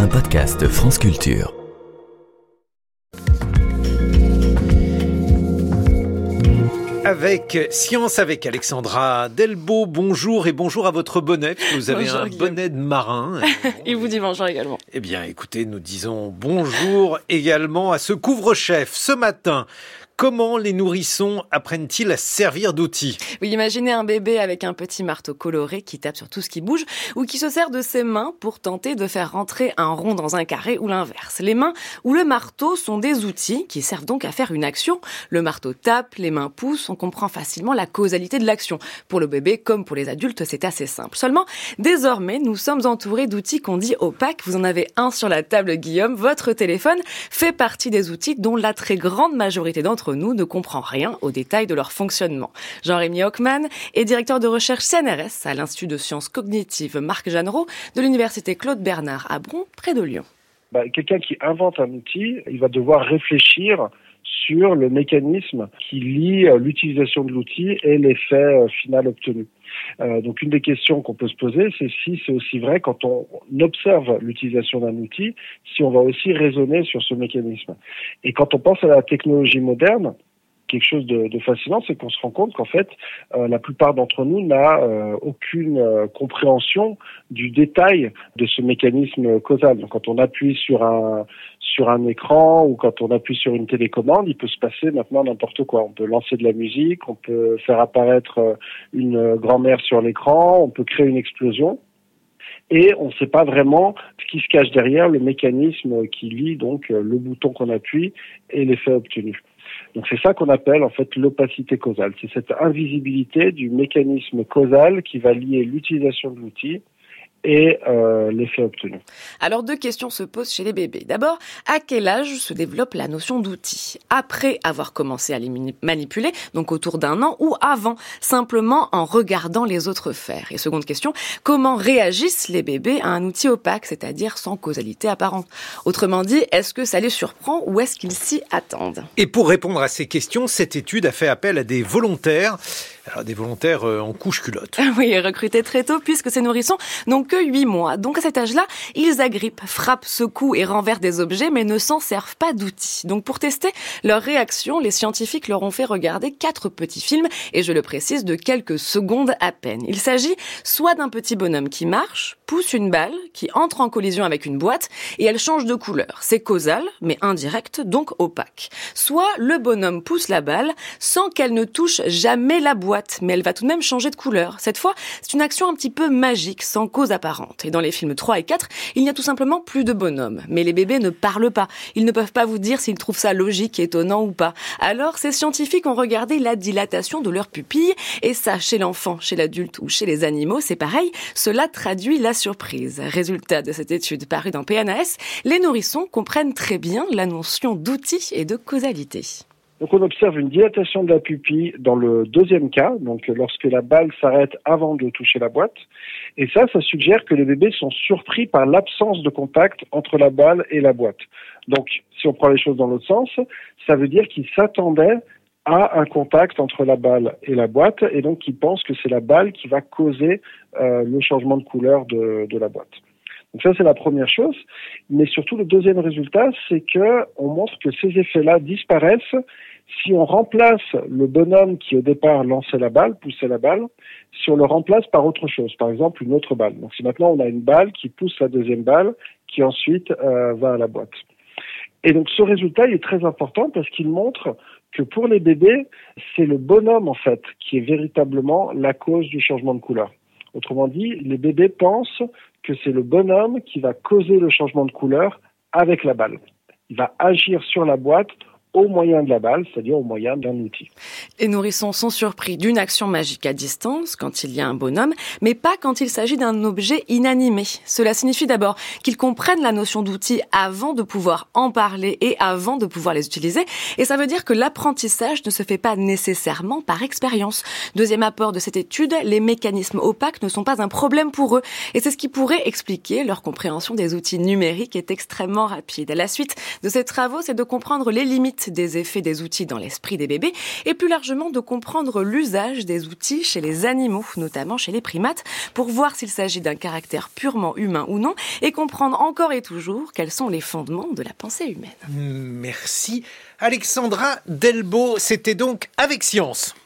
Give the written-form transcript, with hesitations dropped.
un podcast France Culture. Avec Science avec Alexandra Delbo, bonjour et bonjour à votre bonnet, parce que vous avez bonjour, un Guillaume. Bonnet de marin. Il vous dit bonjour également. Eh bien écoutez, nous disons bonjour également à ce couvre-chef. Ce matin, comment les nourrissons apprennent-ils à servir d'outils ? Oui, imaginez un bébé avec un petit marteau coloré qui tape sur tout ce qui bouge ou qui se sert de ses mains pour tenter de faire rentrer un rond dans un carré ou l'inverse. Les mains ou le marteau sont des outils qui servent donc à faire une action. Le marteau tape, les mains poussent, on comprend facilement la causalité de l'action. Pour le bébé comme pour les adultes, c'est assez simple. Seulement, désormais, nous sommes entourés d'outils qu'on dit opaques. Vous en avez un sur la table, Guillaume. Votre téléphone fait partie des outils dont la très grande majorité d'entre nous ne comprend rien aux détails de leur fonctionnement. Jean-Rémy Hockman est directeur de recherche CNRS à l'Institut de sciences cognitives Marc Jeanneraud de l'Université Claude Bernard à Bron, près de Lyon. Quelqu'un qui invente un outil, il va devoir réfléchir sur le mécanisme qui lie l'utilisation de l'outil et l'effet final obtenu. Donc une des questions qu'on peut se poser, c'est si c'est aussi vrai quand on observe l'utilisation d'un outil, si on va aussi raisonner sur ce mécanisme. Et quand on pense à la technologie moderne, quelque chose de fascinant, c'est qu'on se rend compte qu'en fait, la plupart d'entre nous n'a aucune compréhension du détail de ce mécanisme causal. Donc, quand on appuie sur un écran ou quand on appuie sur une télécommande, il peut se passer maintenant n'importe quoi. On peut lancer de la musique, on peut faire apparaître une grand-mère sur l'écran, on peut créer une explosion. Et on ne sait pas vraiment ce qui se cache derrière le mécanisme qui lie donc le bouton qu'on appuie et l'effet obtenu. Donc c'est ça qu'on appelle en fait l'opacité causale. C'est cette invisibilité du mécanisme causal qui va lier l'utilisation de l'outil et l'effet obtenu. Alors deux questions se posent chez les bébés. D'abord, à quel âge se développe la notion d'outil ? Après avoir commencé à les manipuler, donc autour d'1 an, ou avant, simplement en regardant les autres faire ? Et seconde question, comment réagissent les bébés à un outil opaque, c'est-à-dire sans causalité apparente ? Autrement dit, est-ce que ça les surprend ou est-ce qu'ils s'y attendent ? Et pour répondre à ces questions, cette étude a fait appel à des volontaires. Alors, des volontaires en couche-culotte. Oui, recrutés très tôt puisque ces nourrissons n'ont que 8 mois. Donc à cet âge-là, ils agrippent, frappent, secouent et renversent des objets mais ne s'en servent pas d'outils. Donc pour tester leur réaction, les scientifiques leur ont fait regarder 4 petits films et je le précise de quelques secondes à peine. Il s'agit soit d'un petit bonhomme qui marche, pousse une balle, qui entre en collision avec une boîte et elle change de couleur. C'est causal mais indirect, donc opaque. Soit le bonhomme pousse la balle sans qu'elle ne touche jamais la boîte, mais elle va tout de même changer de couleur. Cette fois, c'est une action un petit peu magique, sans cause apparente. Et dans les films 3 et 4, il n'y a tout simplement plus de bonhomme. Mais les bébés ne parlent pas. Ils ne peuvent pas vous dire s'ils trouvent ça logique, étonnant ou pas. Alors, ces scientifiques ont regardé la dilatation de leurs pupilles. Et ça, chez l'enfant, chez l'adulte ou chez les animaux, c'est pareil. Cela traduit la surprise. Résultat de cette étude parue dans PNAS, les nourrissons comprennent très bien la notion d'outil et de causalité. Donc on observe une dilatation de la pupille dans le deuxième cas, donc lorsque la balle s'arrête avant de toucher la boîte. Et ça suggère que les bébés sont surpris par l'absence de contact entre la balle et la boîte. Donc si on prend les choses dans l'autre sens, ça veut dire qu'ils s'attendaient à un contact entre la balle et la boîte et donc qu'ils pensent que c'est la balle qui va causer le changement de couleur de la boîte. Donc ça, c'est la première chose. Mais surtout, le deuxième résultat, c'est que on montre que ces effets-là disparaissent si on remplace le bonhomme qui, au départ, lançait la balle, poussait la balle, si on le remplace par autre chose, par exemple une autre balle. Donc si maintenant on a une balle qui pousse la deuxième balle, qui ensuite va à la boîte. Et donc ce résultat, il est très important parce qu'il montre que pour les bébés, c'est le bonhomme, en fait, qui est véritablement la cause du changement de couleur. Autrement dit, les bébés pensent que c'est le bonhomme qui va causer le changement de couleur avec la balle. Il va agir sur la boîte au moyen de la balle, c'est-à-dire au moyen d'un outil. Les nourrissons sont surpris d'une action magique à distance, quand il y a un bonhomme, mais pas quand il s'agit d'un objet inanimé. Cela signifie d'abord qu'ils comprennent la notion d'outil avant de pouvoir en parler et avant de pouvoir les utiliser, et ça veut dire que l'apprentissage ne se fait pas nécessairement par expérience. Deuxième apport de cette étude, les mécanismes opaques ne sont pas un problème pour eux, et c'est ce qui pourrait expliquer leur compréhension des outils numériques est extrêmement rapide. La suite de ces travaux, c'est de comprendre les limites suite des effets des outils dans l'esprit des bébés et plus largement de comprendre l'usage des outils chez les animaux, notamment chez les primates, pour voir s'il s'agit d'un caractère purement humain ou non et comprendre encore et toujours quels sont les fondements de la pensée humaine. Merci. Alexandra Delbo, c'était donc Avec Science.